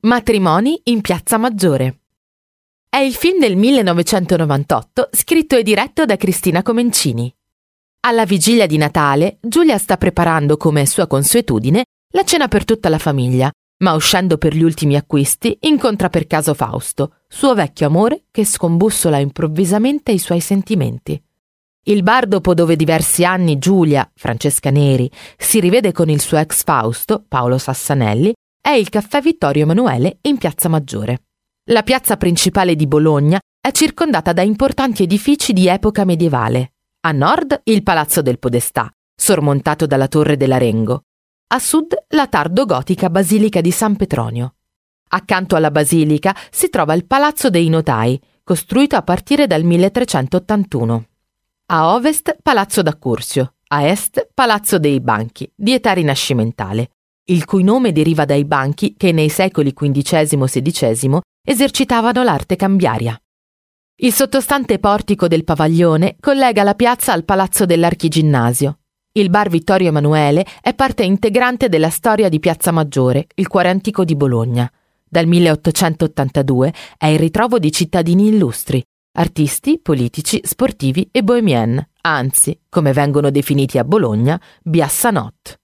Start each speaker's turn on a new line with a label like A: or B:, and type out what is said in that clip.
A: Matrimoni in Piazza Maggiore. È il film del 1998 scritto e diretto da Cristina Comencini. Alla vigilia di Natale, Giulia sta preparando, come sua consuetudine, la cena per tutta la famiglia, ma uscendo per gli ultimi acquisti incontra per caso Fausto, suo vecchio amore che scombussola improvvisamente i suoi sentimenti. Il bar dopo dove diversi anni Giulia, Francesca Neri, si rivede con il suo ex Fausto, Paolo Sassanelli, è il Caffè Vittorio Emanuele in Piazza Maggiore. La piazza principale di Bologna è circondata da importanti edifici di epoca medievale. A nord il Palazzo del Podestà, sormontato dalla Torre dell'Arengo. A sud la tardo-gotica Basilica di San Petronio. Accanto alla basilica si trova il Palazzo dei Notai, costruito a partire dal 1381. A ovest Palazzo d'Accursio, a est Palazzo dei Banchi, di età rinascimentale, il cui nome deriva dai banchi che nei secoli XV-XVI esercitavano l'arte cambiaria. Il sottostante portico del Pavaglione collega la piazza al Palazzo dell'Archiginnasio. Il bar Vittorio Emanuele è parte integrante della storia di Piazza Maggiore, il cuore antico di Bologna. Dal 1882 è il ritrovo di cittadini illustri, artisti, politici, sportivi e bohemienne, anzi, come vengono definiti a Bologna, biassanot.